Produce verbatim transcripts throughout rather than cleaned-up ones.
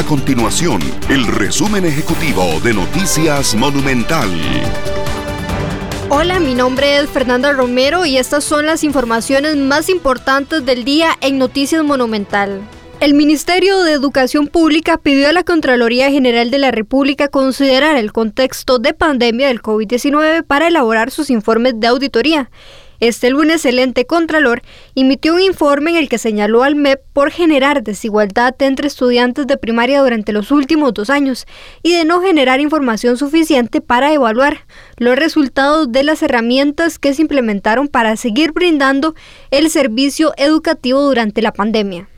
continuación el resumen ejecutivo de Noticias Monumental. Hola, mi nombre es Fernanda Romero y estas son las informaciones más importantes del día en Noticias Monumental. El Ministerio de Educación Pública pidió a la Contraloría General de la República considerar el contexto de pandemia del COVID diecinueve para elaborar sus informes de auditoría. Este lunes, el ente Contralor emitió un informe en el que señaló al M E P por generar desigualdad entre estudiantes de primaria durante los últimos dos años y de no generar información suficiente para evaluar los resultados de las herramientas que se implementaron para seguir brindando el servicio educativo durante la pandemia.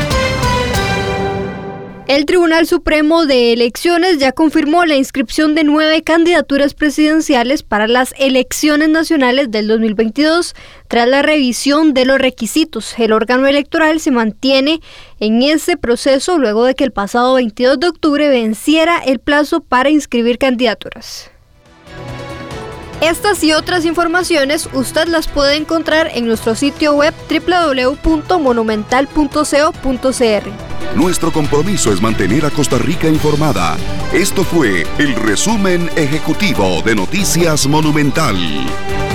El Tribunal Supremo de Elecciones ya confirmó la inscripción de nueve candidaturas presidenciales para las elecciones nacionales del dos mil veintidós. Tras la revisión de los requisitos, el órgano electoral se mantiene en ese proceso luego de que el pasado veintidós de octubre venciera el plazo para inscribir candidaturas. Estas y otras informaciones usted las puede encontrar en nuestro sitio web doble u doble u doble u punto monumental punto co punto c r. Nuestro compromiso es mantener a Costa Rica informada. Esto fue el resumen ejecutivo de Noticias Monumental.